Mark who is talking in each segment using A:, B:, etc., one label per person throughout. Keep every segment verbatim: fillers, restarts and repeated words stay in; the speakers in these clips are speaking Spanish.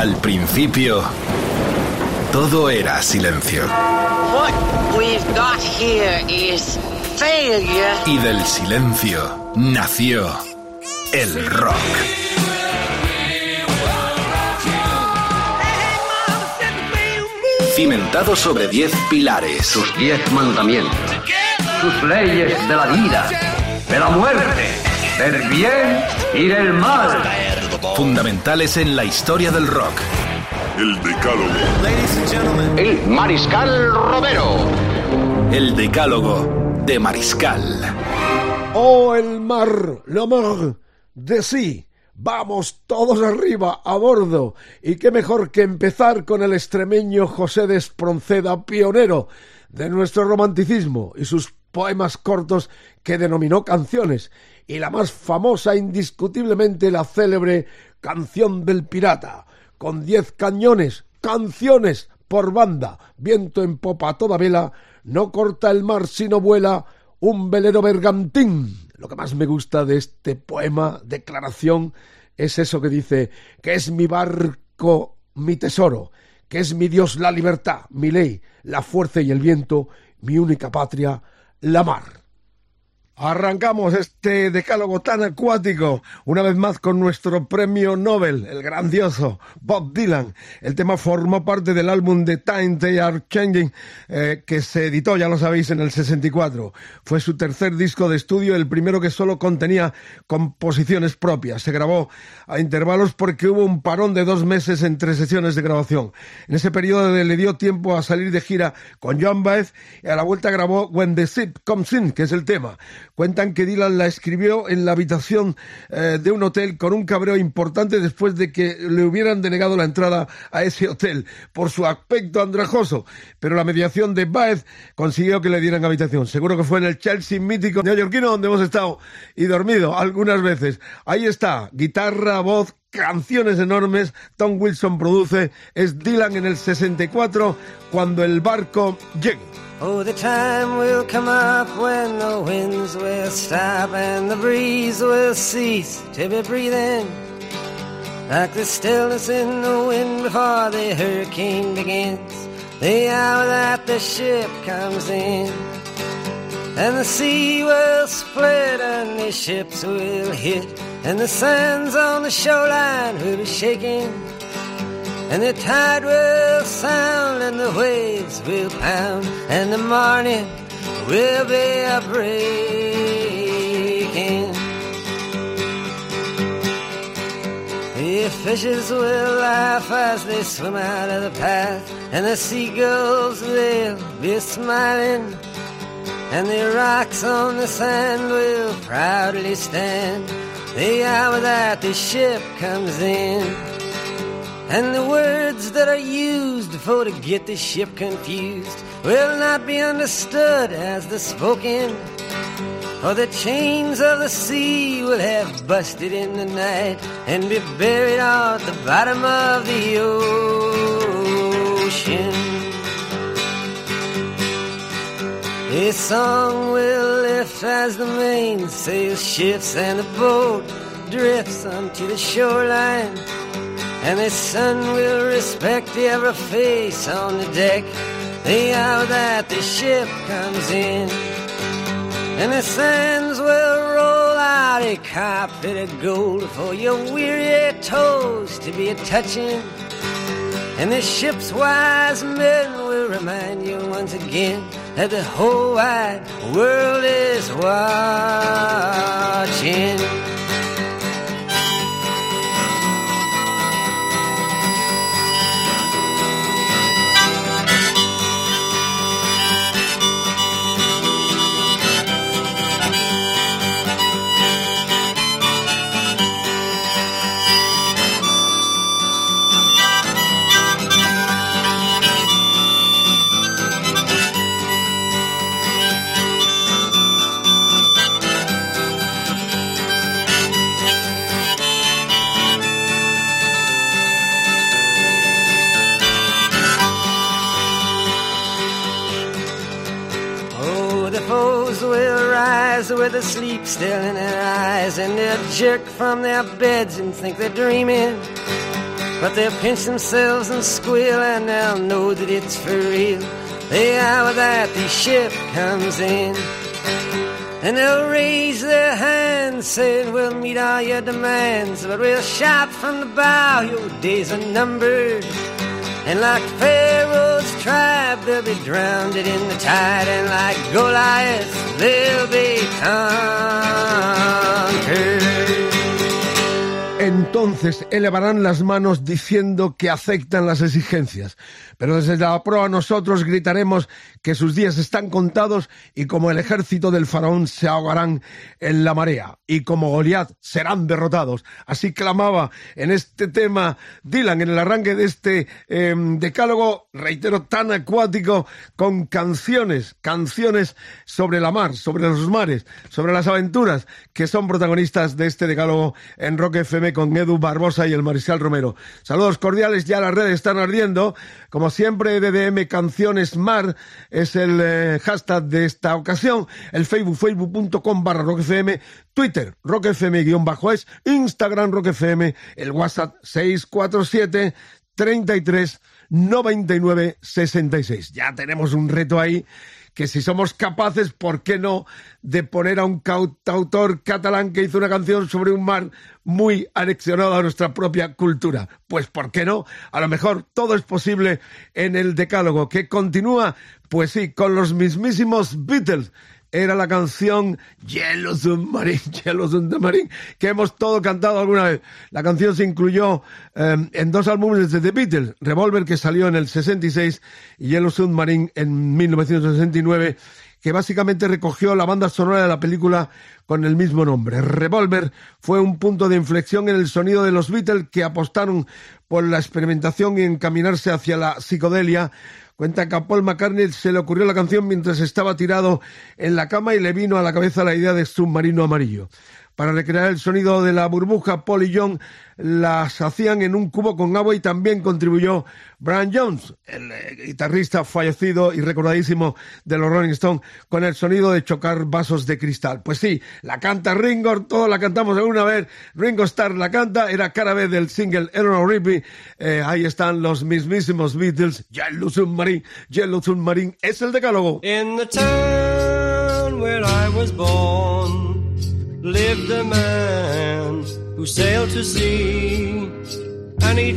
A: Al principio, todo era silencio.
B: What we've got here is failure.
A: Y del silencio nació el rock. Cimentado sobre diez pilares.
C: Sus diez mandamientos. Sus leyes de la vida, de la muerte, del bien y del mal.
A: Fundamentales en la historia del rock.
D: El Decálogo.
C: El Mariscal Romero.
A: El Decálogo de Mariscal.
E: Oh, el mar, la mar de sí. Vamos todos arriba, a bordo. Y qué mejor que empezar con el extremeño José de Espronceda, pionero de nuestro romanticismo y sus poemas cortos que denominó canciones, y la más famosa indiscutiblemente la célebre Canción del Pirata, con diez cañones, canciones por banda, viento en popa a toda vela, no corta el mar sino vuela, un velero bergantín. Lo que más me gusta de este poema, declaración, es eso que dice, que es mi barco, mi tesoro, que es mi Dios la libertad, mi ley, la fuerza y el viento, mi única patria, la mar. Arrancamos este decálogo tan acuático, una vez más con nuestro premio Nobel, el grandioso Bob Dylan. El tema formó parte del álbum The Time They Are Changing, eh, que se editó, ya lo sabéis, en el sesenta y cuatro. Fue su tercer disco de estudio, el primero que solo contenía composiciones propias. Se grabó a intervalos porque hubo un parón de dos meses entre sesiones de grabación. En ese periodo le dio tiempo a salir de gira con Joan Baez y a la vuelta grabó When the Ship Comes In, que es el tema. Cuentan que Dylan la escribió en la habitación eh, de un hotel con un cabreo importante después de que le hubieran denegado la entrada a ese hotel por su aspecto andrajoso, pero la mediación de Baez consiguió que le dieran habitación. Seguro que fue en el Chelsea mítico neoyorquino donde hemos estado y dormido algunas veces. Ahí está, guitarra, voz, canciones enormes. Tom Wilson produce, es Dylan en el sesenta y cuatro, Cuando el barco llegue.
F: Oh, the time will come up when the winds will stop and the breeze will cease to be breathing, like the stillness in the wind before the hurricane begins, the hour that the ship comes in, and the sea will split and the ships will hit, and the sands on the shoreline will be shaking, and the tide will sound and the waves will pound, and the morning will be a breaking. The fishes will laugh as they swim out of the path, and the seagulls will be smiling, and the rocks on the sand will proudly stand, the hour that the ship comes in. And the words that are used for to get the ship confused will not be understood as the spoken, for the chains of the sea will have busted in the night and be buried at the bottom of the ocean. A song will lift as the mainsail shifts and the boat drifts onto the shoreline, and the sun will respect every face on the deck, the hour that the ship comes in. And the sands will roll out a carpet of gold for your weary toes to be a-touching, and the ship's wise men will remind you once again that the whole wide world is watching. Will rise with the sleep still in their eyes, and they'll jerk from their beds and think they're dreaming, but they'll pinch themselves and squeal, and they'll know that it's for real. The hour that the ship comes in, and they'll raise their hands, saying, we'll meet all your demands, but we'll shout from the bow, your days are numbered. And like Pharaoh's tribe, they'll be drowned in the tide, and like Goliath, they'll be conquered.
E: Entonces elevarán las manos diciendo que aceptan las exigencias. Pero desde la proa nosotros gritaremos que sus días están contados y como el ejército del faraón se ahogarán en la marea y como Goliat serán derrotados. Así clamaba en este tema Dylan en el arranque de este eh, decálogo, reitero, tan acuático, con canciones, canciones sobre la mar, sobre los mares, sobre las aventuras que son protagonistas de este decálogo en Rock F M con Edu Barbosa y el Mariscal Romero. Saludos cordiales, ya las redes están ardiendo. Como siempre, D D M Canciones Mar es el eh, hashtag de esta ocasión. El Facebook, facebook.com barra Rock F M. Twitter, Rock F M guión bajo es. Instagram, Rock F M. El WhatsApp, seis cuatro siete, treinta y tres, noventa y nueve, sesenta y seis. Ya tenemos un reto ahí, que si somos capaces, ¿por qué no?, de poner a un cantautor catalán que hizo una canción sobre un mar muy anexionado a nuestra propia cultura. Pues ¿por qué no? A lo mejor todo es posible en el decálogo, que continúa, pues sí, con los mismísimos Beatles. Era la canción Yellow Submarine, Yellow Submarine, que hemos todo cantado alguna vez. La canción se incluyó eh, en dos álbumes de The Beatles, Revolver, que salió en el sesenta y seis, y Yellow Submarine en mil novecientos sesenta y nueve, que básicamente recogió la banda sonora de la película con el mismo nombre. Revolver fue un punto de inflexión en el sonido de los Beatles, que apostaron por la experimentación y encaminarse hacia la psicodelia. Cuenta que a Paul McCartney se le ocurrió la canción mientras estaba tirado en la cama y le vino a la cabeza la idea de Submarino Amarillo. Para recrear el sonido de la burbuja, Paul y John las hacían en un cubo con agua, y también contribuyó Brian Jones, el eh, guitarrista fallecido y recordadísimo de los Rolling Stones, con el sonido de chocar vasos de cristal. Pues sí, la canta Ringo, todos la cantamos alguna vez. Ringo Starr la canta, era cara B del single Eleanor Rigby. Eh, ahí están los mismísimos Beatles. Yellow Submarine, Yellow Submarine es el decálogo.
F: In the town where I was born lived a man who sailed to sea, and he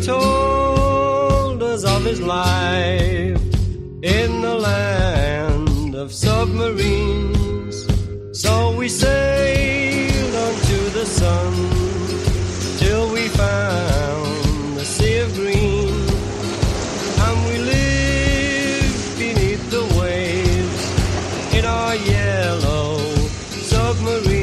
F: told us of his life in the land of submarines. So we sailed unto the sun till we found the sea of green, and we lived beneath the waves in our yellow submarine.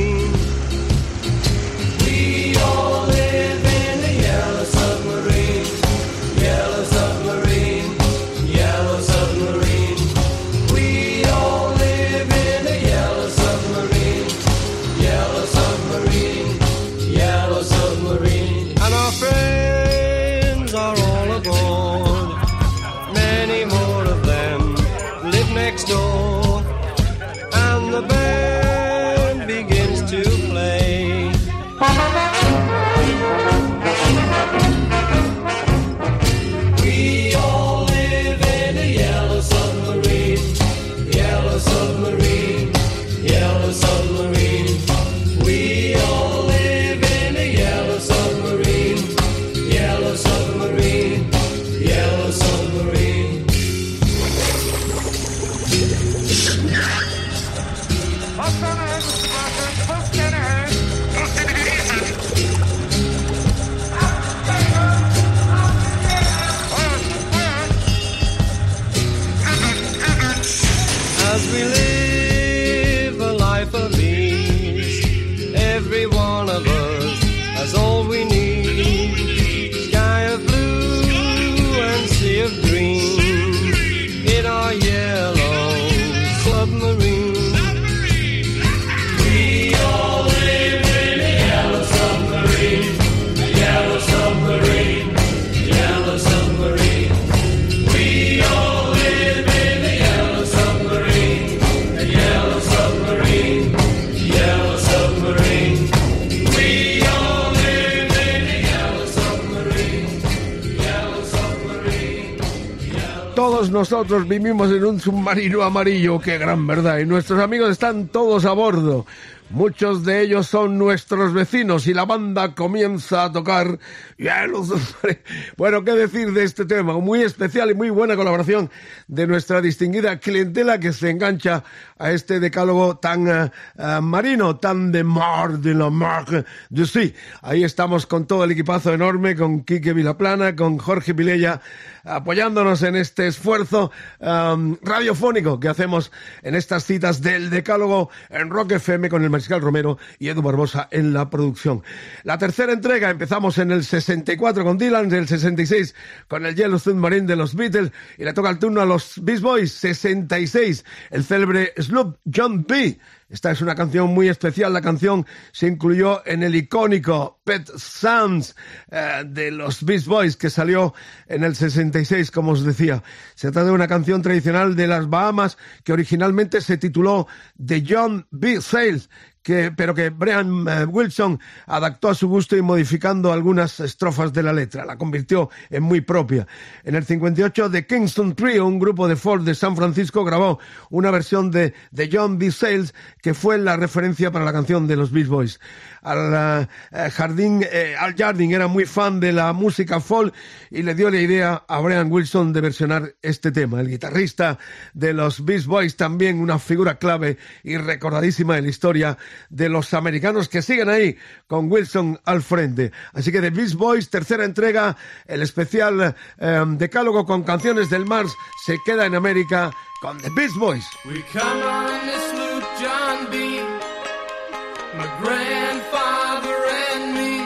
E: todos nosotros vivimos en un submarino amarillo, qué gran verdad, y nuestros amigos están todos a bordo. Muchos de ellos son nuestros vecinos y la banda comienza a tocar. Bueno, qué decir de este tema, muy especial y muy buena colaboración de nuestra distinguida clientela que se engancha a este decálogo tan uh, uh, marino, tan de mar, de la mar de sí. Ahí estamos con todo el equipazo enorme, con Quique Vilaplana, con Jorge Vilella, apoyándonos en este esfuerzo um, radiofónico que hacemos en estas citas del decálogo en Rock F M con el Mariscal Romero y Edu Barbosa en la producción. La tercera entrega empezamos en el sesenta y cuatro con Dylan, en el sesenta y seis con el Yellow Submarine de los Beatles, y le toca el turno a los Beach Boys. Sesenta y seis, el célebre Sloop John B. Esta es una canción muy especial. La canción se incluyó en el icónico Pet Sounds eh, de los Beach Boys, que salió en el sesenta y seis, como os decía. Se trata de una canción tradicional de las Bahamas que originalmente se tituló The John B. Sales, que, pero que Brian eh, Wilson adaptó a su gusto y modificando algunas estrofas de la letra. La convirtió en muy propia. En el cincuenta y ocho, The Kingston Trio, un grupo de folk de San Francisco, grabó una versión de The John B. Sales, que fue la referencia para la canción de los Beach Boys. Al, uh, Jardín, eh, Al Jardín era muy fan de la música folk y le dio la idea a Brian Wilson de versionar este tema. El guitarrista de los Beach Boys, también una figura clave y recordadísima en la historia de los americanos, que siguen ahí con Wilson al frente. Así que The Beach Boys, tercera entrega, el especial eh, decálogo con canciones del mar, se queda en América con The Beach Boys.
G: We come on this sloop John B., my grandfather and me,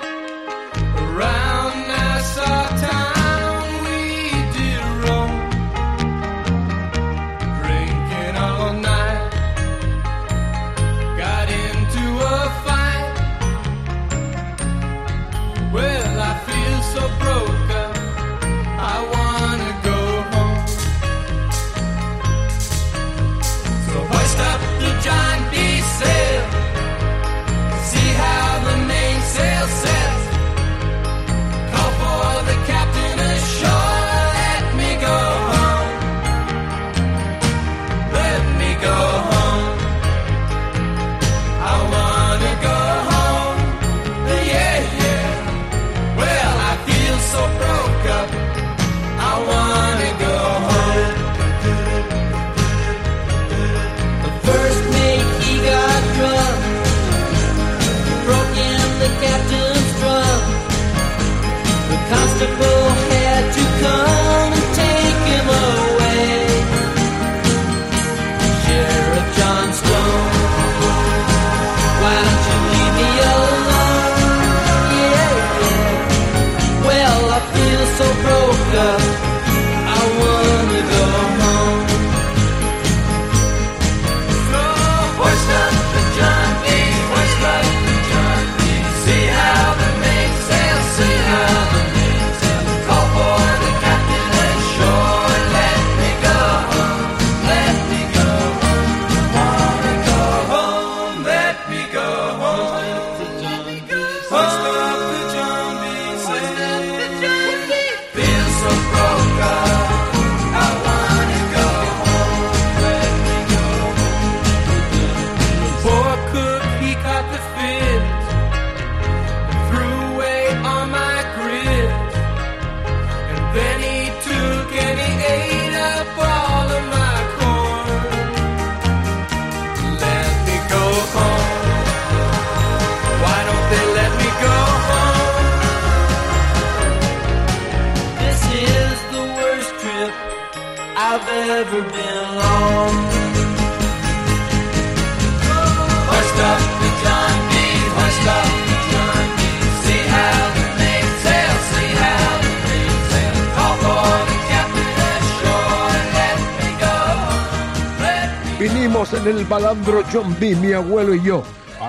G: around Nassau town we did roam, drinking all night, got into a fight. Well, I feel so broke up, I wanna go home. So hoist up the John B. sail, see how the mainsail sets, call for the captain ashore, let me go home, let me go home, I wanna go home, yeah, yeah, well, I feel so broke up, I wanna go home. The first mate, he got drunk, broke in the captain's drum. The constable had to come and take him away. Sheriff John Stone, why don't you leave me alone? Yeah, yeah. Well, I feel so broke up, I wanna go home. So hoist up the John B., hoist up the John B., see how the mainsail, see how the mainsail, call for the captain ashore, let me go home, let me go home, wanna go home, let me go home, hoist up the John B., hoist up the John B., feel so broke up, I wanna go home, let me go home. Poor cook, he caught the fish, threw away all my grits, and then he took and he ate up all of my corn. Let me go home, why don't they let me go home? This is the worst trip I've ever been on. Hoist up the John B., hoist up the John B., see how the mainsail, see how the mainsail, call for the captain ashore, let me go, let me
E: Vinimos en el balandro John B., mi abuelo y yo, a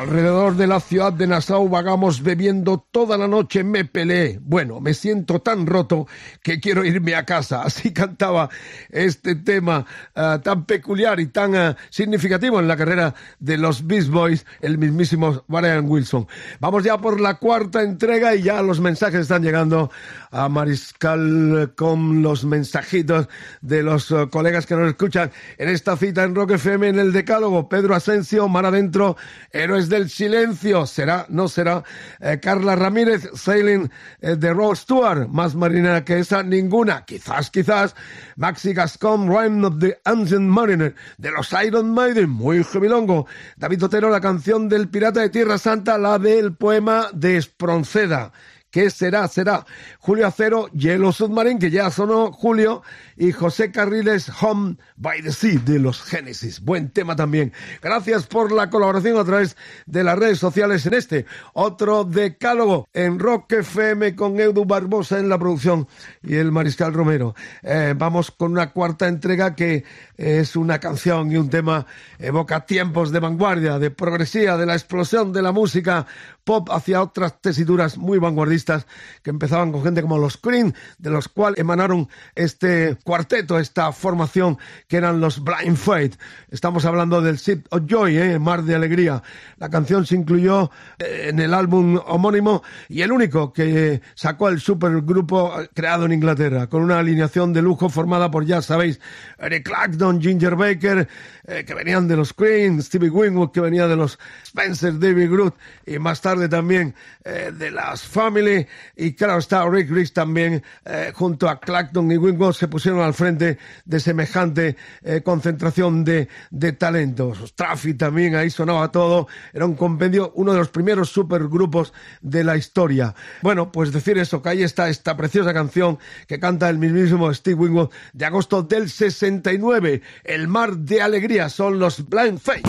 E: Alrededor de la ciudad de Nassau vagamos bebiendo toda la noche, me peleé. Bueno, me siento tan roto que quiero irme a casa. Así cantaba este tema uh, tan peculiar y tan uh, significativo en la carrera de los Beach Boys, el mismísimo Brian Wilson. Vamos ya por la cuarta entrega y ya los mensajes están llegando a Mariscal con los mensajitos de los uh, colegas que nos escuchan en esta cita en Rock F M en el Decálogo. Pedro Asensio, Mar Adentro, Héroes del Silencio, será, no será. eh, Carla Ramírez, Sailing eh, de Rod Stewart, más marinera que esa, ninguna, quizás, quizás. Maxi Gascon, Rhyme of the Ancient Mariner, de los Iron Maiden, muy gemilongo. David Otero, la canción del Pirata de Tierra Santa, la del poema de Espronceda. ¿Qué será? Será Julio Acero, Yellow Submarine, que ya sonó Julio, y José Carriles, Home by the Sea, de los Génesis. Buen tema también. Gracias por la colaboración a través de las redes sociales en este otro Decálogo en Rock F M con Edu Barbosa en la producción y el Mariscal Romero. Eh, vamos con una cuarta entrega que es una canción y un tema evoca tiempos de vanguardia, de progresía, de la explosión de la música pop hacia otras tesituras muy vanguardistas que empezaban con gente como los Cream, de los cuales emanaron este cuarteto, esta formación que eran los Blind Faith. Estamos hablando del Ship of Joy, ¿eh? Mar de Alegría. La canción se incluyó en el álbum homónimo y el único que sacó el supergrupo creado en Inglaterra, con una alineación de lujo formada por, ya sabéis, Eric Clapton, Ginger Baker, eh, que venían de los Cream, Stevie Winwood, que venía de los Spencer, David Groot, y más tarde también eh, de las Family, y claro está Rick Riggs también, eh, junto a Clapton y Winwood, se pusieron al frente de semejante eh, concentración de, de talentos. Traffy también, ahí sonaba todo, era un compendio, uno de los primeros supergrupos de la historia. Bueno, pues decir eso, que ahí está esta preciosa canción que canta el mismísimo Steve Winwood, de agosto del sesenta y nueve, El Mar de Alegría, son los Blind Faith.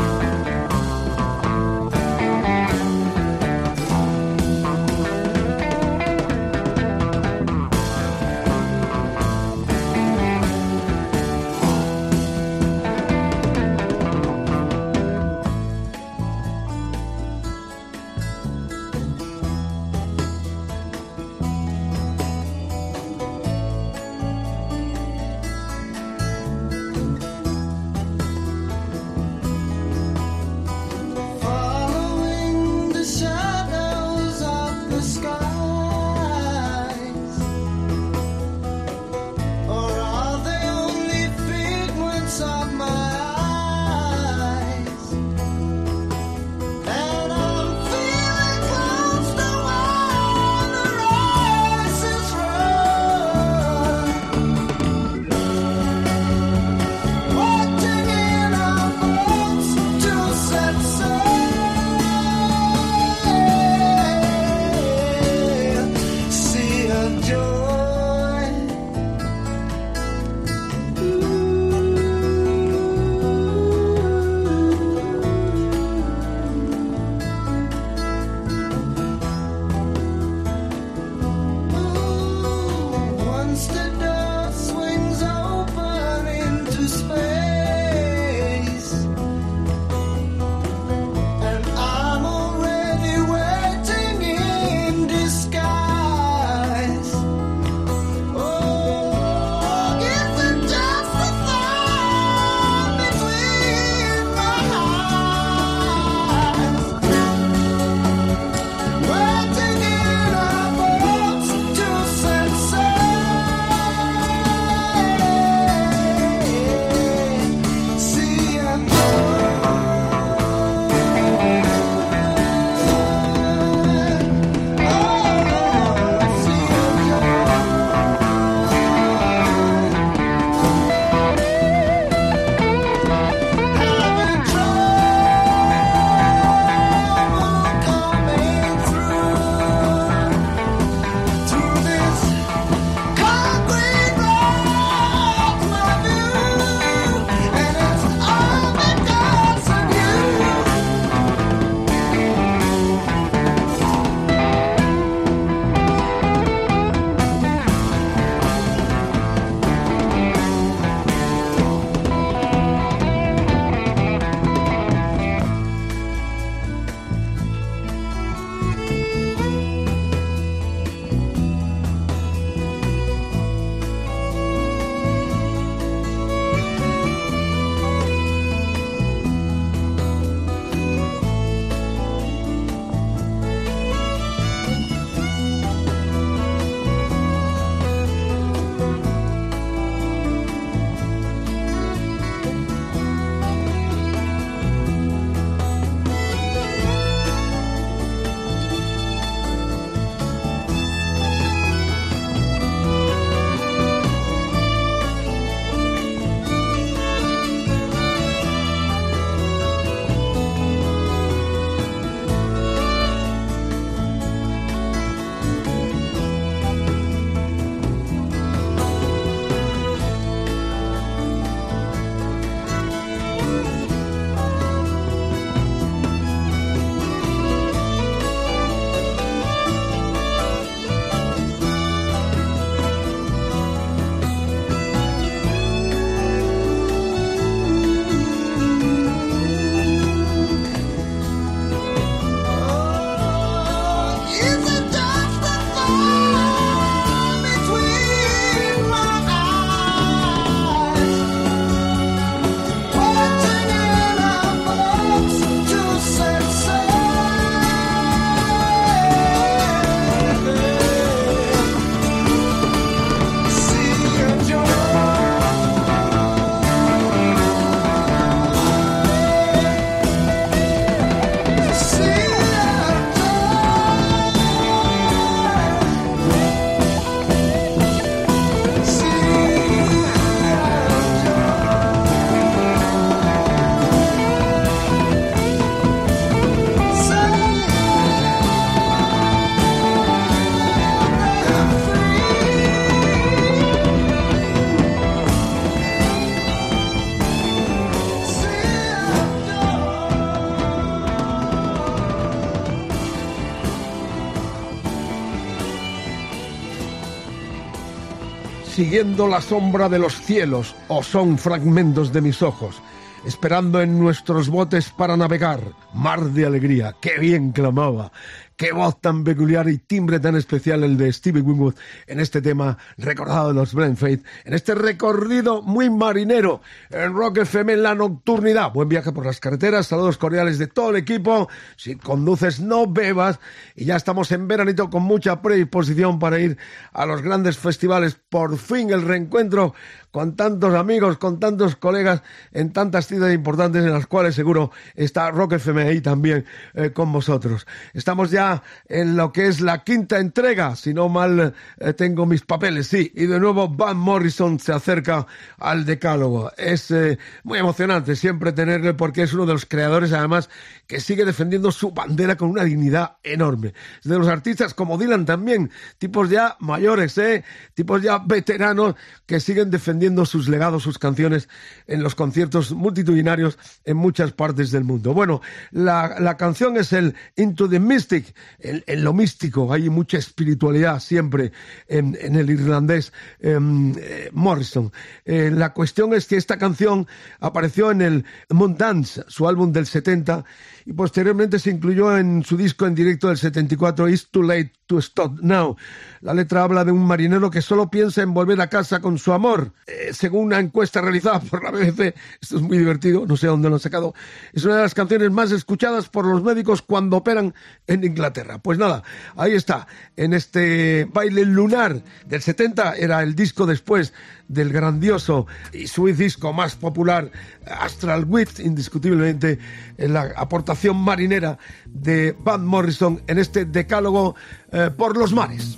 E: siguiendo la sombra de los cielos, o son fragmentos de mis ojos, esperando en nuestros botes para navegar, mar de alegría, qué bien clamaba. Qué voz tan peculiar y timbre tan especial el de Stevie Winwood en este tema recordado de los Blind Faith, en este recorrido muy marinero en Rock F M en la nocturnidad. Buen viaje por las carreteras, saludos cordiales de todo el equipo. Si conduces, no bebas, y ya estamos en veranito con mucha predisposición para ir a los grandes festivales. Por fin el reencuentro con tantos amigos, con tantos colegas en tantas ciudades importantes en las cuales seguro está Rock F M ahí también eh, con vosotros. Estamos ya en lo que es la quinta entrega, si no mal eh, tengo mis papeles, sí, y de nuevo Van Morrison se acerca al decálogo. Es eh, muy emocionante siempre tenerle, porque es uno de los creadores además que sigue defendiendo su bandera con una dignidad enorme. Es de los artistas como Dylan también, tipos ya mayores, eh, tipos ya veteranos que siguen defendiendo sus legados, sus canciones en los conciertos multitudinarios en muchas partes del mundo. Bueno, la, la canción es el Into the Mystic, en, en lo místico. Hay mucha espiritualidad siempre en, en el irlandés eh, Morrison. Eh, la cuestión es que esta canción apareció en el Moon Dance, su álbum del setenta, y posteriormente se incluyó en su disco en directo del setenta y cuatro, It's Too Late to Stop Now. La letra habla de un marinero que solo piensa en volver a casa con su amor. Eh, según una encuesta realizada por la B B C, esto es muy divertido, no sé dónde lo han sacado, es una de las canciones más escuchadas por los médicos cuando operan en Inglaterra. Pues nada, ahí está, en este baile lunar del setenta, era el disco después del grandioso y su disco más popular, Astral Wit, indiscutiblemente en la aportación marinera de Van Morrison en este decálogo eh, por los mares.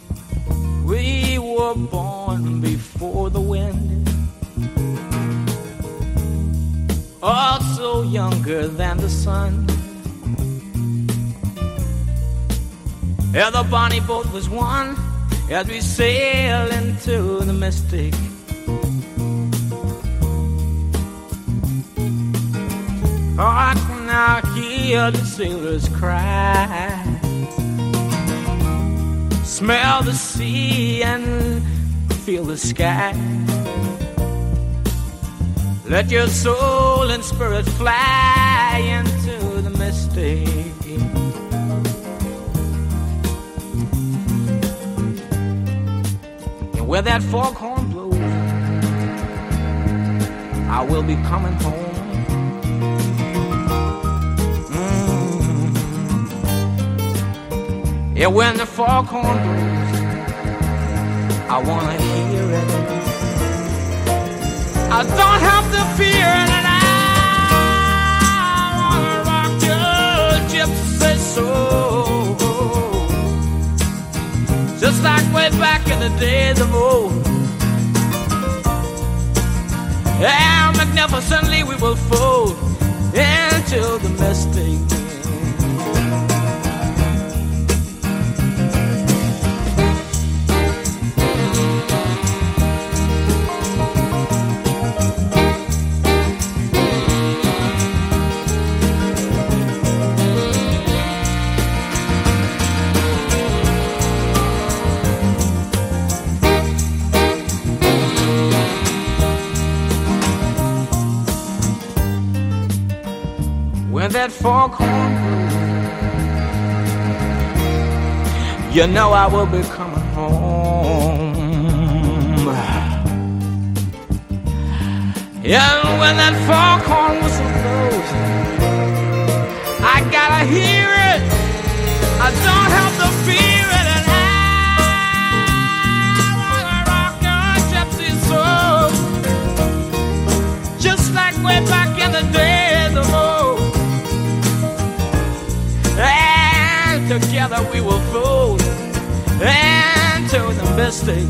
H: We were born before the wind, also younger than the sun. Yeah, the bonnie boat was one as we sail into the mystic. I can now hear the sailors cry, smell the sea and feel the sky. Let your soul and spirit fly into the mystic. And where that foghorn blows, I will be coming home. Yeah, when the foghorn blows, I wanna hear it. I don't have to fear it, and I wanna rock your gypsy soul, just like way back in the days of old. Yeah, magnificently we will fold into the mystic. When that foghorn blows, you know I will be coming home. Yeah, when that foghorn whistle blows, I gotta hear it. I don't have to fear it, and I wanna rock your gypsy soul, just like way back in the days of old. And together we will fold into the mystic.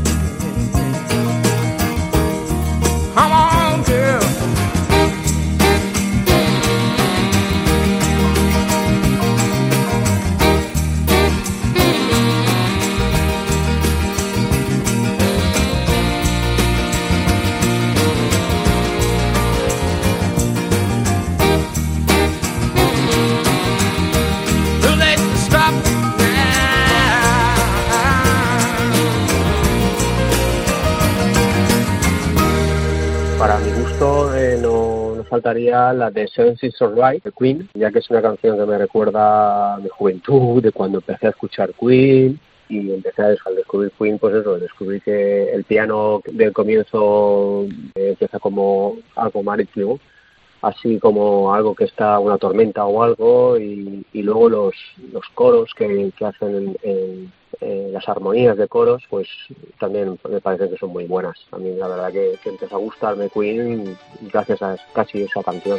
H: Come on, girl.
I: para mi gusto eh, no, no faltaría la de Seven Seas of Rhye, de Queen, ya que es una canción que me recuerda a mi juventud, de cuando empecé a escuchar Queen. Y empecé a al descubrir Queen, pues eso, descubrí que el piano del comienzo eh, empieza como algo marítimo, así como algo que está una tormenta o algo, y, y luego los los coros que, que hacen en, en, en las armonías de coros, pues también me parece que son muy buenas. A mí la verdad que, que empezó a gustarme Queen gracias a casi esa canción.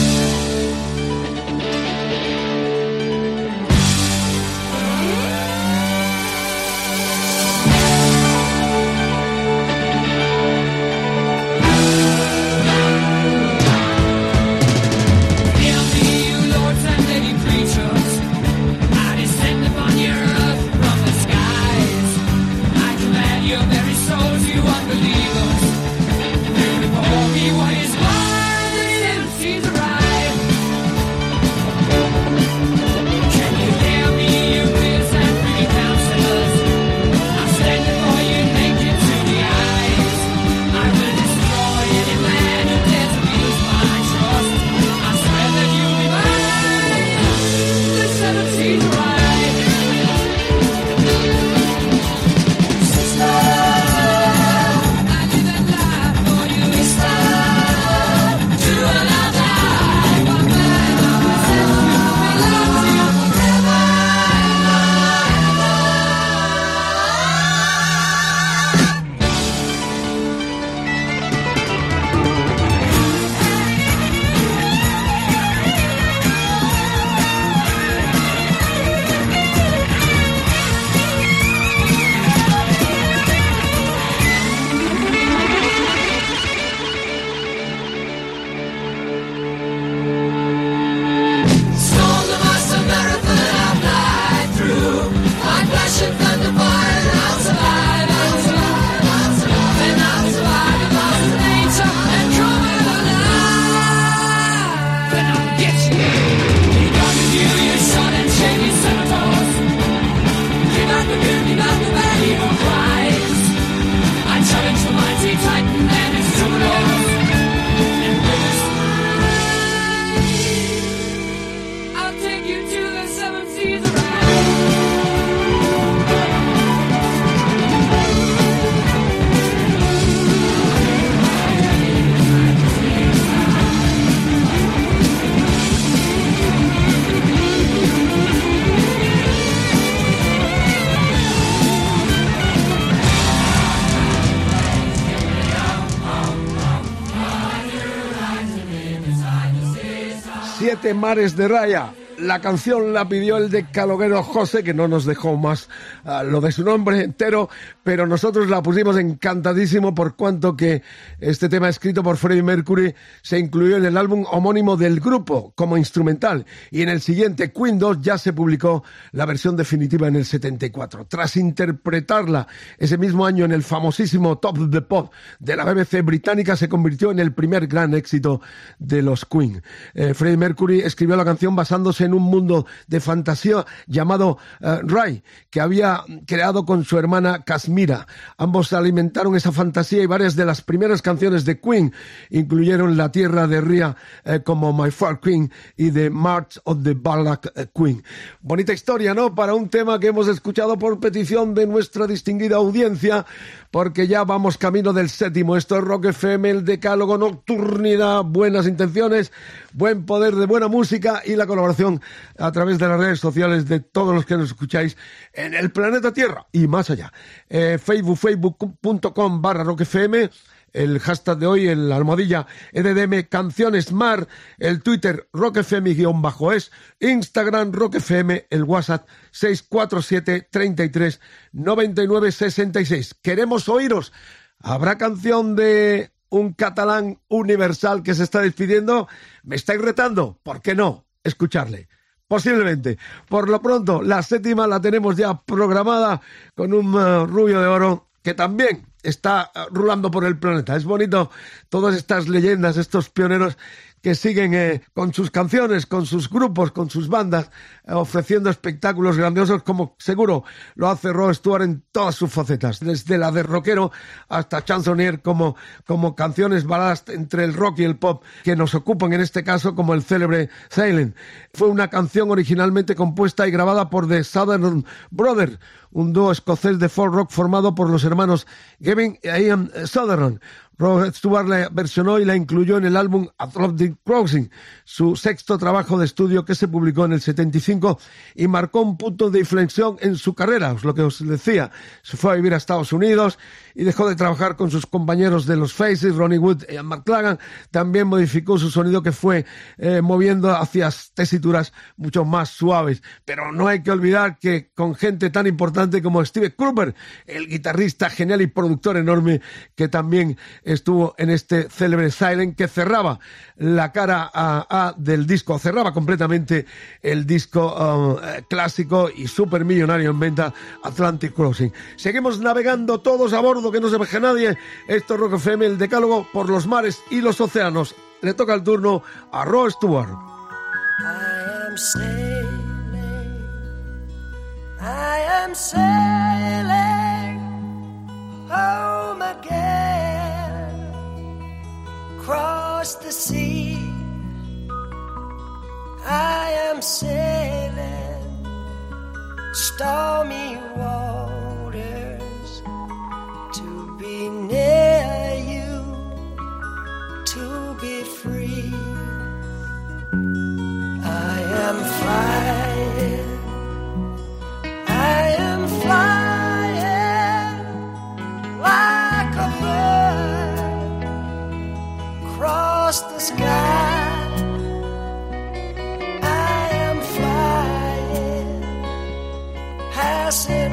E: Siete mares de Raya. La canción la pidió el decaloguero José, que no nos dejó más uh, lo de su nombre entero, pero nosotros la pusimos encantadísimo por cuanto que este tema escrito por Freddie Mercury se incluyó en el álbum homónimo del grupo como instrumental, y en el siguiente, Queen dos, ya se publicó la versión definitiva en el setenta y cuatro. Tras interpretarla ese mismo año en el famosísimo Top of the Pop de la B B C británica, se convirtió en el primer gran éxito de los Queen. Eh, Freddie Mercury escribió la canción basándose en un mundo de fantasía llamado uh, Rhye, que había creado con su hermana Kashmira. Ambos alimentaron esa fantasía y varias de las primeras canciones de Queen incluyeron la tierra de Rhea eh, como My Fair Queen y The March of the Balak Queen. Bonita historia, ¿no? Para un tema que hemos escuchado por petición de nuestra distinguida audiencia, porque ya vamos camino del séptimo. Esto es Rock F M, el decálogo, nocturnidad, buenas intenciones, buen poder de buena música y la colaboración a través de las redes sociales de todos los que nos escucháis en el planeta Tierra y más allá. Eh, Facebook, facebook.com barra Rock F M, el hashtag de hoy, el almohadilla E D D M Canciones Mar, el Twitter Rock F M-es, Instagram Rock F M, el WhatsApp seis cuatro siete, treinta y tres, noventa y nueve, sesenta y seis. Queremos oíros. ¿Habrá canción de un catalán universal que se está despidiendo? ¿Me estáis retando? ¿Por qué no escucharle? Posiblemente. Por lo pronto, la séptima la tenemos ya programada con un uh, rubio de oro que también está uh, rulando por el planeta. Es bonito todas estas leyendas, estos pioneros que siguen eh, con sus canciones, con sus grupos, con sus bandas, eh, ofreciendo espectáculos grandiosos, como seguro lo hace Rod Stewart en todas sus facetas, desde la de rockero hasta chansonnier, como, como canciones baladas entre el rock y el pop que nos ocupan en este caso, como el célebre Sailing. Fue una canción originalmente compuesta y grabada por The Southern Brothers, un dúo escocés de folk rock formado por los hermanos Gavin y Ian Sutherland. Rod Stewart la versionó y la incluyó en el álbum Atlantic Crossing, su sexto trabajo de estudio que se publicó en el setenta y cinco y marcó un punto de inflexión en su carrera, es lo que os decía. Se fue a vivir a Estados Unidos y dejó de trabajar con sus compañeros de los Faces, Ronnie Wood y Ian McLagan. También modificó su sonido, que fue eh, moviendo hacia tesituras mucho más suaves. Pero no hay que olvidar que con gente tan importante como Steve Cropper, el guitarrista genial y productor enorme, que también estuvo en este célebre Silent, que cerraba la cara A, A del disco, cerraba completamente el disco uh, clásico y súper millonario en venta, Atlantic Crossing. Seguimos navegando todos a bordo, que no se baje nadie. Esto es Rock F M, el decálogo por los mares y los océanos. Le toca el turno a Rod Stewart.
F: I am sailing, I am sailing home again, across the sea. I am sailing stormy waters to be near you, to be free. I am flying, I am flying like a bird across the sky. I am flying, passing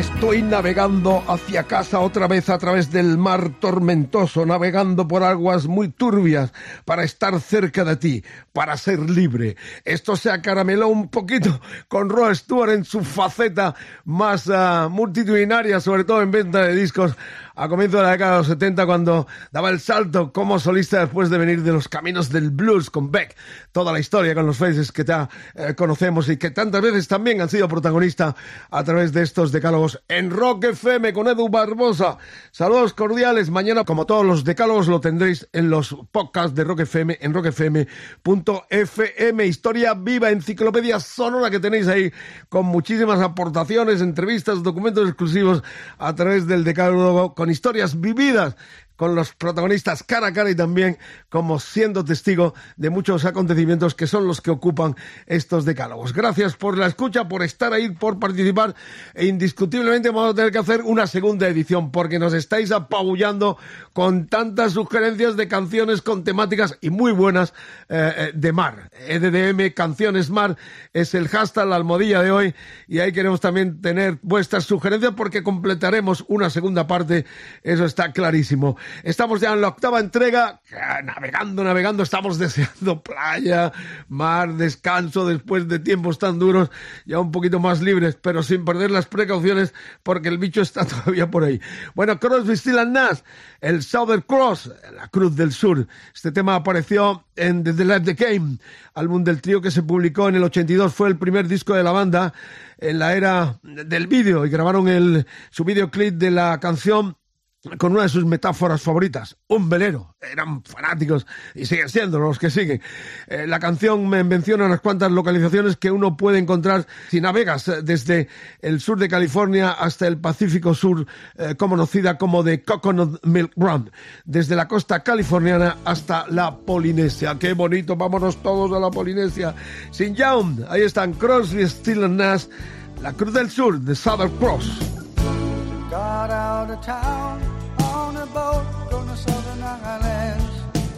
E: Estoy navegando hacia casa otra vez a través del mar tormentoso, navegando por aguas muy turbias para estar cerca de ti, para ser libre. Esto se acarameló un poquito con Rod Stewart en su faceta más uh, multitudinaria, sobre todo en venta de discos, a comienzos de la década de los setenta, cuando daba el salto como solista después de venir de los caminos del blues con Beck. Toda la historia con los Faces que ya eh, conocemos y que tantas veces también han sido protagonistas a través de estos decálogos en Rock F M con Edu Barbosa. Saludos cordiales. Mañana, como todos los decálogos, lo tendréis en los podcasts de Rock F M en rock f m punto f m. Historia viva, enciclopedia sonora que tenéis ahí con muchísimas aportaciones, entrevistas, documentos exclusivos a través del decálogo, con historias vividas, con los protagonistas cara a cara y también como siendo testigo de muchos acontecimientos que son los que ocupan estos decálogos. Gracias por la escucha, por estar ahí, por participar, e indiscutiblemente vamos a tener que hacer una segunda edición porque nos estáis apabullando con tantas sugerencias de canciones con temáticas y muy buenas eh, de mar. E D D M Canciones Mar es el hashtag, la almohadilla de hoy, y ahí queremos también tener vuestras sugerencias porque completaremos una segunda parte, eso está clarísimo. Estamos ya en la octava entrega, navegando, navegando, estamos deseando playa, mar, descanso después de tiempos tan duros, ya un poquito más libres, pero sin perder las precauciones porque el bicho está todavía por ahí. Bueno, Crosby, Stills and Nash, el Southern Cross, la Cruz del Sur. Este tema apareció en The Let the Game, álbum del trío que se publicó en el ochenta y dos, fue el primer disco de la banda en la era del vídeo y grabaron el, su videoclip de la canción con una de sus metáforas favoritas, un velero. Eran fanáticos y siguen siendo los que siguen. Eh, la canción me menciona unas cuantas localizaciones que uno puede encontrar si navegas desde el sur de California hasta el Pacífico Sur, eh, conocida como The Coconut Milk Run, desde la costa californiana hasta la Polinesia. ¡Qué bonito! Vámonos todos a la Polinesia. Sin Young, ahí están Crosby, Stills and Nash, la Cruz del Sur, The Southern Cross.
J: Got out of town on a boat going to Southern Islands,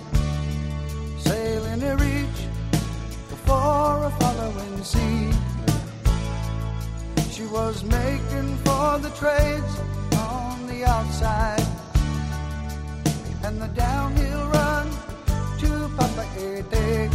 J: sailing to reach before a following sea. She was making for the trades on the outside and the downhill run to Papaete.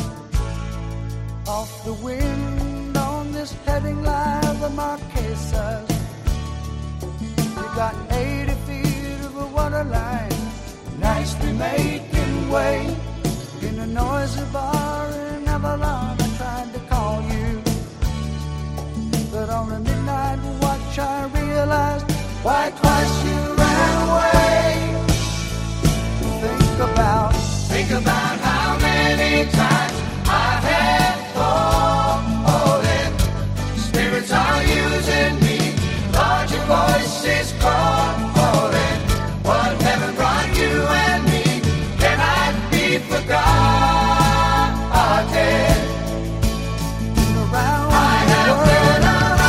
J: Off the wind on this heading line, the Marquesas. We got eighty feet of a water line, nicely making way. In a noisy bar in Avalon, I tried to call you, but on a midnight watch I realized why twice you ran away. Think about, think about how many times I had fallen. Spirits are using me, Lord, your voice is calling. What heaven brought you and me cannot be forgotten. Around I have the been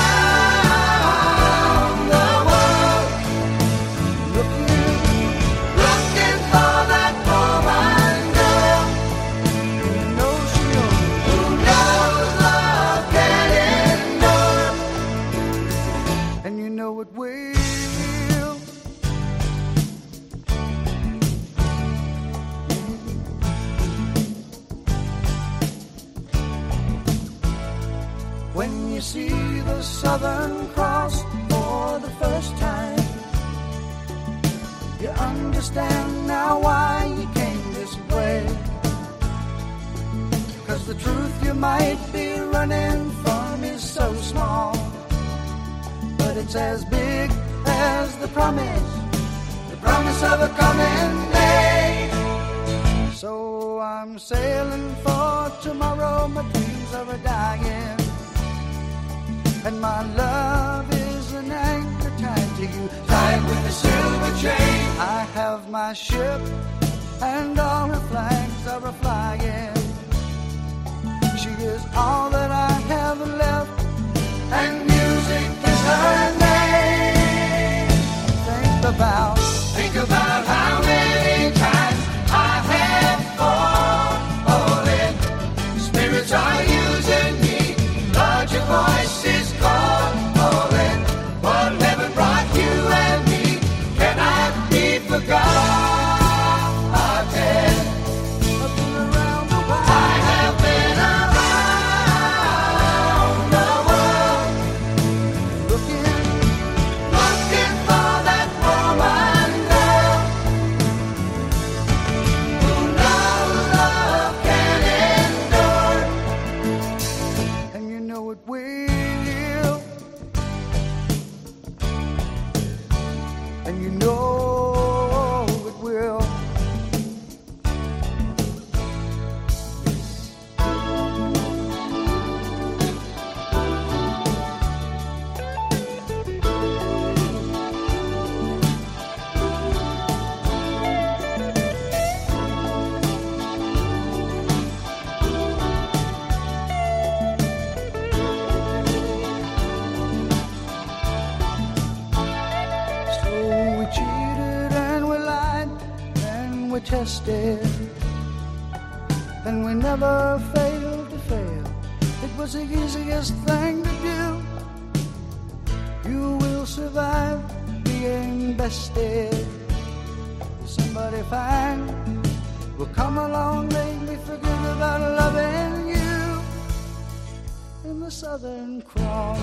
J: around the world, looking, looking for that woman girl. You know she knows, who knows love can endure, and you know it will. When you see the Southern Cross for the first time, you understand now why you came this way. 'Cause the truth you might be running from is so small, but it's as big as the promise, the promise of a coming day. So I'm sailing for tomorrow, my dreams are a-dying, and my love is an anchor tied to you, tied with a silver chain. I have my ship and all her flags are a-flying. She is all that I have left, and music is her name. Think about, think about how many times I have fallen. Spirits are using me, Lord, your voice is calling. What heaven tested, and we never failed to fail. It was the easiest thing to do. You will survive being bested. Somebody fine will come along, make me forget about loving you in the Southern Cross.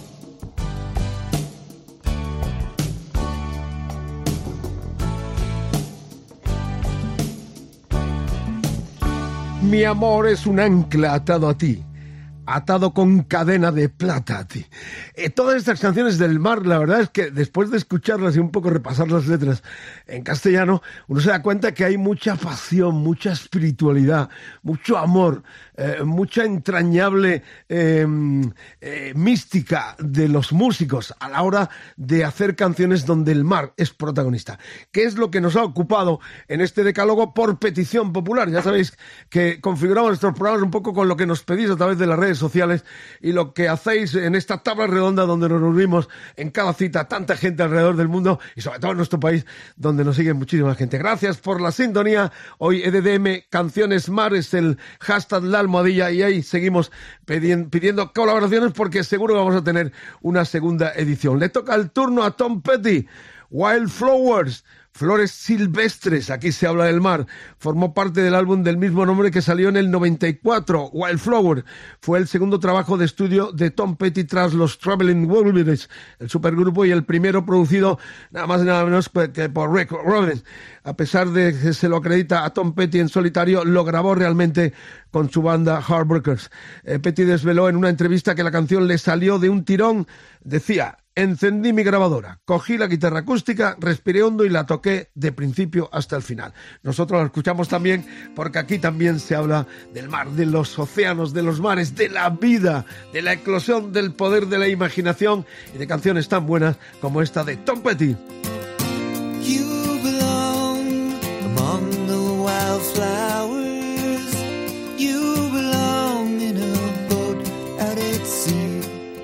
E: Mi amor es un ancla atado a ti, atado con cadena de plata a ti. Eh, todas estas canciones del mar, la verdad es que después de escucharlas y un poco repasar las letras en castellano, uno se da cuenta que hay mucha pasión, mucha espiritualidad, mucho amor, eh, mucha entrañable eh, eh, mística de los músicos a la hora de hacer canciones donde el mar es protagonista. ¿Qué es lo que nos ha ocupado en este decálogo por petición popular? Ya sabéis que configuramos nuestros programas un poco con lo que nos pedís a través de las redes sociales y lo que hacéis en esta tabla redonda donde nos reunimos en cada cita tanta gente alrededor del mundo y sobre todo en nuestro país donde nos sigue muchísima gente. Gracias por la sintonía. Hoy E D D M Canciones Mar es el hashtag la almohadilla y ahí seguimos pidiendo, pidiendo colaboraciones porque seguro que vamos a tener una segunda edición. Le toca el turno a Tom Petty. Wildflowers, Flores Silvestres, aquí se habla del mar, formó parte del álbum del mismo nombre que salió en el noventa y cuatro. Wildflower fue el segundo trabajo de estudio de Tom Petty tras los Traveling Wilburys, el supergrupo, y el primero producido nada más y nada menos que por Rick Rubin. A pesar de que se lo acredita a Tom Petty en solitario, lo grabó realmente con su banda Heartbreakers. Eh, Petty desveló en una entrevista que la canción le salió de un tirón. Decía: encendí mi grabadora, cogí la guitarra acústica, respiré hondo y la toqué de principio hasta el final. Nosotros la escuchamos también porque aquí también se habla del mar, de los océanos, de los mares, de la vida, de la eclosión del poder de la imaginación y de canciones tan buenas como esta de Tom Petty.
K: You belong among the wildflowers. You belong in a boat out at sea.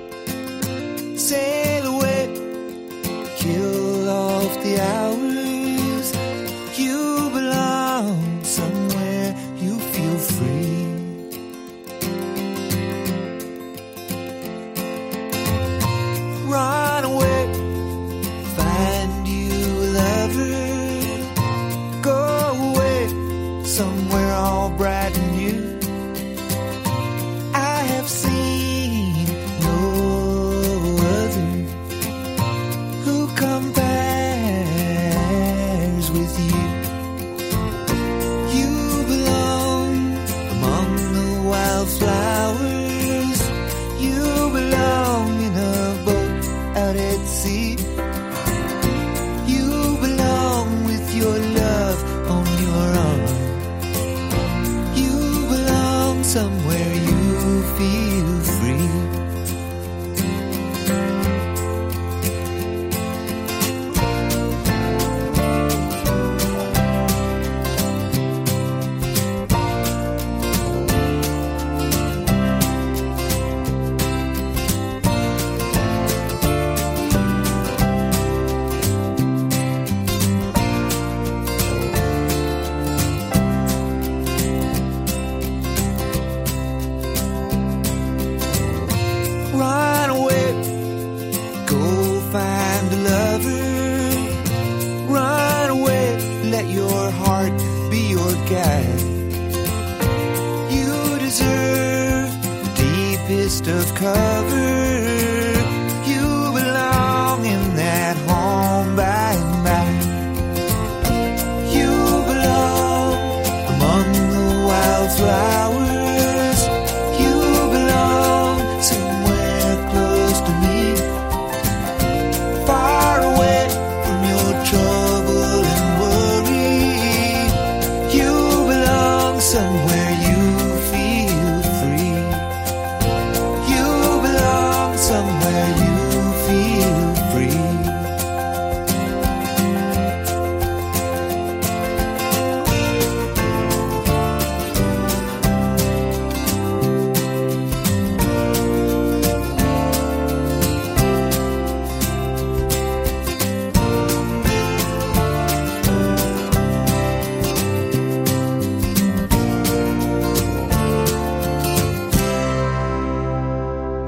K: Sail away, kill off the hours. You belong somewhere you feel free. Run away, find you a lover. Go away, somewhere all bright and new. I have seen no other who compares with you. You belong among the wildflowers. You belong in a boat out at sea. You belong with your love on your arm. You belong somewhere you feel free. Run away, go find a lover. Run away, let your heart be your guide. You deserve the deepest of cover. You belong in that home by and by. You belong among the wildflowers. You belong somewhere close to me, far away from your trouble and worry. You belong somewhere you feel free. You belong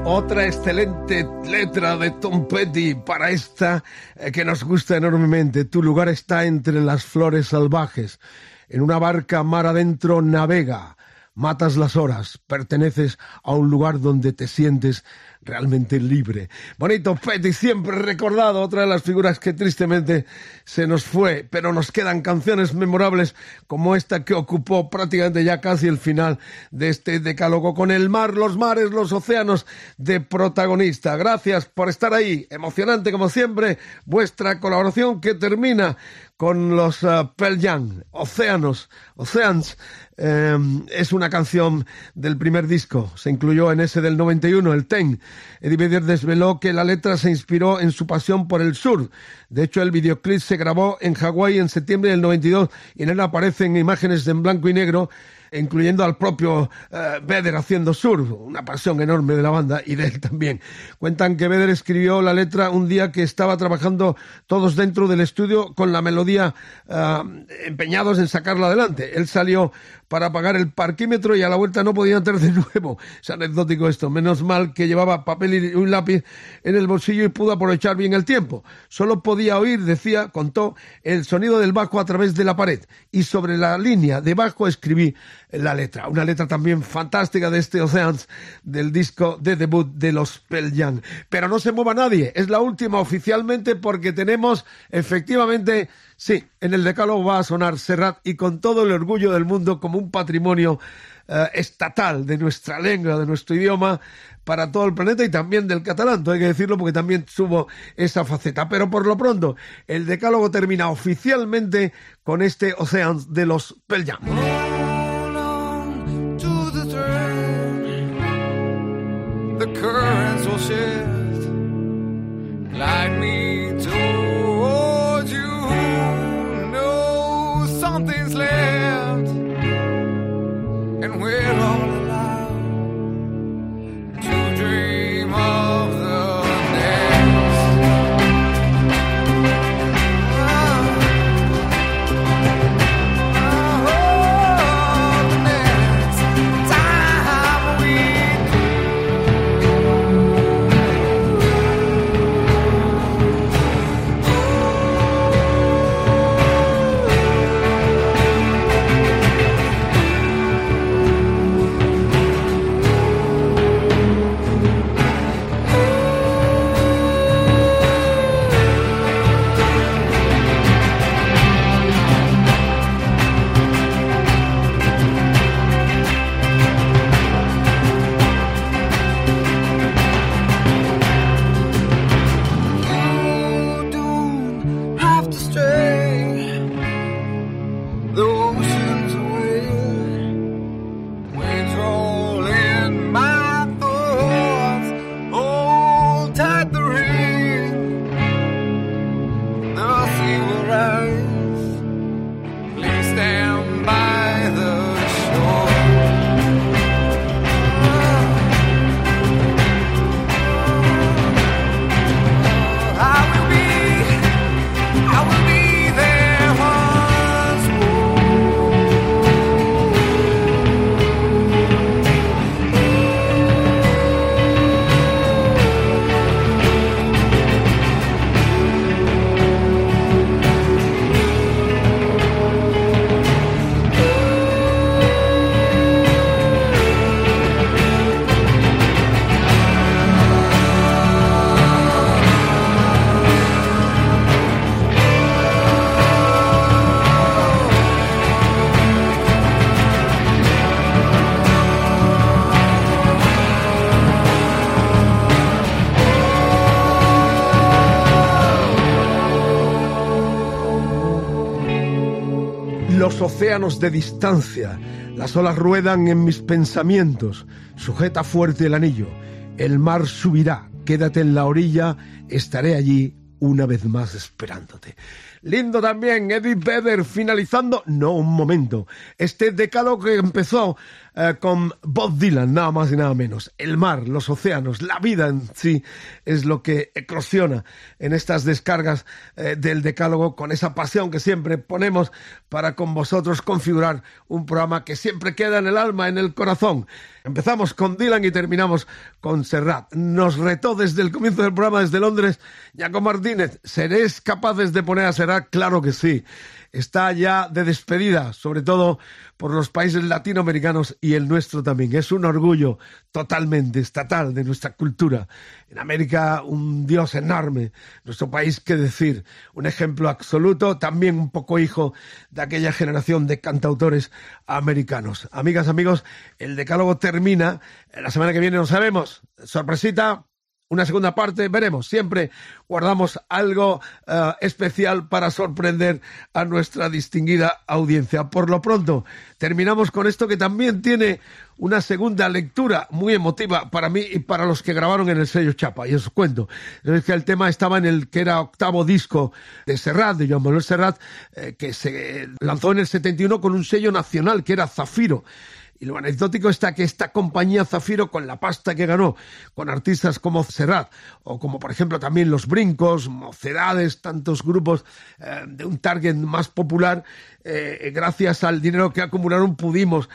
E: Otra excelente letra de Tom Petty para esta eh, que nos gusta enormemente. Tu lugar está entre las flores salvajes. En una barca mar adentro navega. Matas las horas, perteneces a un lugar donde te sientes realmente libre. Bonito Petty, siempre recordado, otra de las figuras que tristemente se nos fue, pero nos quedan canciones memorables como esta que ocupó prácticamente ya casi el final de este decálogo, con el mar, los mares, los océanos de protagonista. Gracias por estar ahí, emocionante como siempre, vuestra colaboración que termina con los uh, Pearl Jam, Océanos, Oceans. Eh, es una canción del primer disco, se incluyó en ese del noventa y uno, el Ten. Eddie Vedder desveló que la letra se inspiró en su pasión por el surf. De hecho, el videoclip se grabó en Hawái en septiembre del noventa y dos y en él aparecen imágenes en blanco y negro, incluyendo al propio uh, Vedder haciendo surf, una pasión enorme de la banda y de él también. Cuentan que Vedder escribió la letra un día que estaba trabajando todos dentro del estudio con la melodía uh, empeñados en sacarla adelante. Él salió para pagar el parquímetro y a la vuelta no podía entrar de nuevo. Es anecdótico esto. Menos mal que llevaba papel y un lápiz en el bolsillo y pudo aprovechar bien el tiempo. Solo podía oír, decía, contó, el sonido del bajo a través de la pared. Y sobre la línea de bajo escribí la letra. Una letra también fantástica de este Oceans, del disco de debut de los Pearl Jam. Pero no se mueva nadie. Es la última oficialmente porque tenemos efectivamente... Sí, en el decálogo va a sonar Serrat y con todo el orgullo del mundo como un patrimonio eh, estatal de nuestra lengua, de nuestro idioma, para todo el planeta y también del catalán, hay que decirlo porque también subo esa faceta. Pero por lo pronto, el decálogo termina oficialmente con este Oceans de los Pearl Jam.
G: The currents will shift, glide me towards you. No, something's left, and we're all allowed to dream of the next. Oh, oh, the next time we
E: Los océanos de distancia, las olas ruedan en mis pensamientos, sujeta fuerte el anillo, el mar subirá, quédate en la orilla, estaré allí una vez más esperándote. Lindo también, Eddie Vedder finalizando, no un momento, este decálogo que empezó eh, con Bob Dylan, nada más y nada menos. El mar, los océanos, la vida en sí es lo que eclosiona en estas descargas eh, del Decálogo, con esa pasión que siempre ponemos para con vosotros configurar un programa que siempre queda en el alma, en el corazón. Empezamos con Dylan y terminamos con Serrat. Nos retó desde el comienzo del programa, desde Londres, Jaco Martínez. ¿Seréis capaces de poner a Serrat? Claro que sí. Está ya de despedida, sobre todo por los países latinoamericanos y el nuestro también. Es un orgullo totalmente estatal de nuestra cultura. En América, un dios enorme. Nuestro país, qué decir, un ejemplo absoluto, también un poco hijo de aquella generación de cantautores americanos. Amigas, amigos, el Decálogo termina. La semana que viene no sabemos. Sorpresita. Una segunda parte, veremos. Siempre guardamos algo uh, especial para sorprender a nuestra distinguida audiencia. Por lo pronto, terminamos con esto que también tiene una segunda lectura muy emotiva para mí y para los que grabaron en el sello Chapa. Y os cuento, es que el tema estaba en el que era octavo disco de Serrat, de Joan Manuel Serrat, eh, que se lanzó en el setenta y uno con un sello nacional que era Zafiro. Y lo anecdótico está que esta compañía Zafiro, con la pasta que ganó con artistas como Serrat, o como por ejemplo también Los Brincos, Mocedades, tantos grupos eh, de un target más popular, eh, gracias al dinero que acumularon pudimos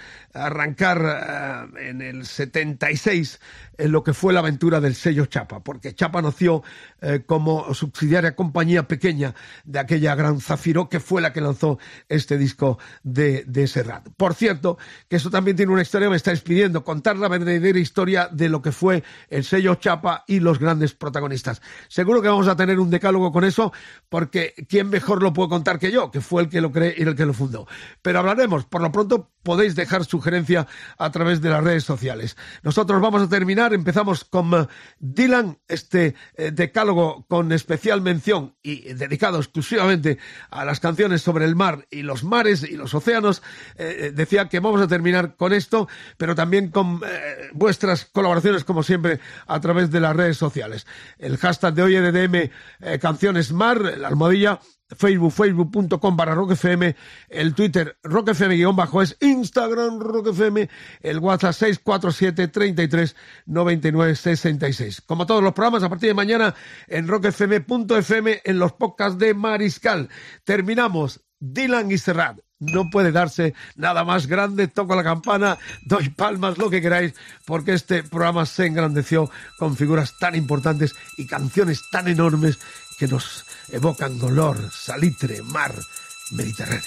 E: arrancar eh, en el setenta y seis en lo que fue la aventura del sello Chapa, porque Chapa nació eh, como subsidiaria compañía pequeña de aquella gran Zafiro, que fue la que lanzó este disco de, de Serrat. Por cierto, que eso también tiene una historia, me estáis pidiendo contar la verdadera historia de lo que fue el sello Chapa y los grandes protagonistas. Seguro que vamos a tener un decálogo con eso, porque ¿quién mejor lo puede contar que yo, que fue el que lo creé y el que lo fundó? Pero hablaremos. Por lo pronto podéis dejar sugerencia a través de las redes sociales. Nosotros vamos a terminar, empezamos con uh, Dylan, este eh, decálogo con especial mención y dedicado exclusivamente a las canciones sobre el mar y los mares y los océanos. Eh, decía que vamos a terminar con esto, pero también con eh, vuestras colaboraciones, como siempre, a través de las redes sociales. El hashtag de hoy E D D M eh, Canciones Mar, la almohadilla, Facebook, facebook.com barra rockfm, el Twitter rockfm guión bajo es, Instagram rockfm, el WhatsApp seis cuatro siete, treinta y tres, noventa y nueve, sesenta y seis. Como todos los programas, a partir de mañana en rockfm punto f m, en los podcasts de Mariscal. Terminamos Dylan y Serrat. No puede darse nada más grande. Toco la campana, doy palmas, lo que queráis, porque este programa se engrandeció con figuras tan importantes y canciones tan enormes que nos evocan dolor, salitre, mar, Mediterráneo.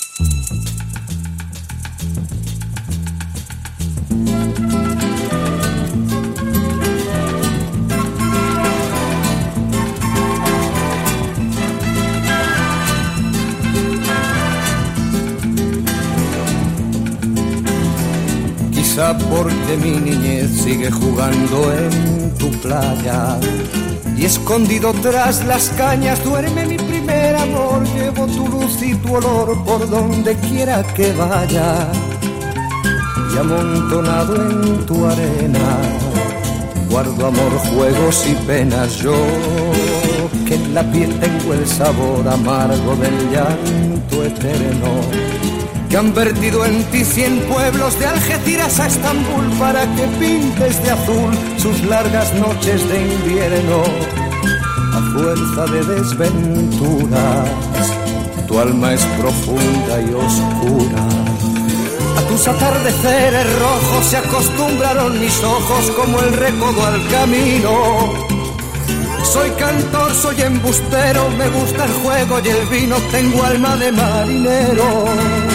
F: Quizá porque mi niñez sigue jugando en tu playa y escondido tras las cañas duerme mi primer amor. Llevo tu luz y tu olor por donde quiera que vaya, y amontonado en tu arena guardo amor, juegos y penas. Yo que en la piel tengo el sabor amargo del llanto eterno, que han vertido en ti cien pueblos de Algeciras a Estambul para que pintes de azul sus largas noches de invierno. A fuerza de desventuras, tu alma es profunda y oscura. A tus atardeceres rojos se acostumbraron mis ojos como el recodo al camino. Soy cantor, soy embustero, me gusta el juego y el vino, tengo alma de marinero.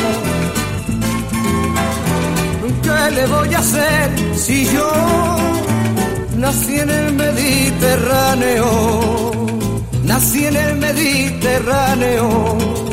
F: ¿Qué le voy a hacer si yo nací en el Mediterráneo? Nací en el Mediterráneo.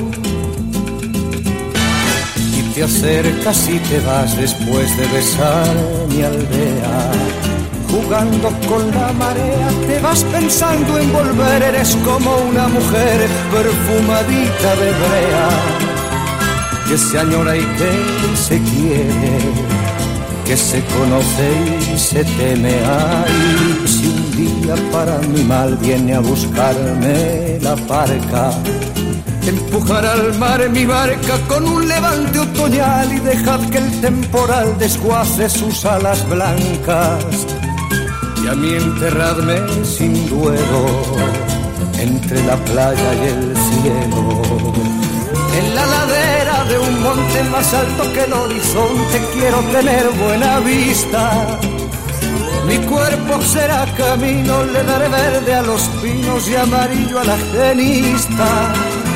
F: Y te acercas y te vas después de besar mi aldea. Jugando con la marea, te vas pensando en volver. Eres como una mujer perfumadita de brea, que se añora y que se quiere, que se conoce y se teme. Ay, si un día para mi mal viene a buscarme la parca,
L: Empujar al mar mi barca con un levante otoñal y dejad que el temporal desguace sus alas blancas. Y a mí enterradme sin duelo entre la playa y el cielo. En la ladera de un monte más alto que el horizonte quiero tener buena vista. Mi cuerpo será camino, le daré verde a los pinos y amarillo a la genista.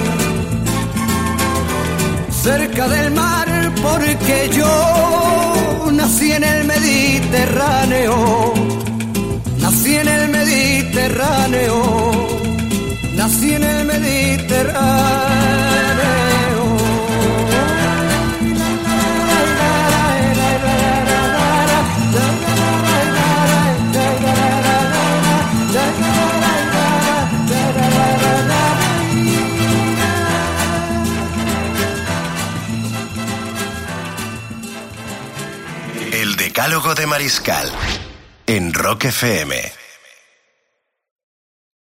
L: Cerca del mar porque yo nací en el Mediterráneo. Nací en el Mediterráneo. Nací en el Mediterráneo.
M: El Decálogo de Mariscal en Rock F M.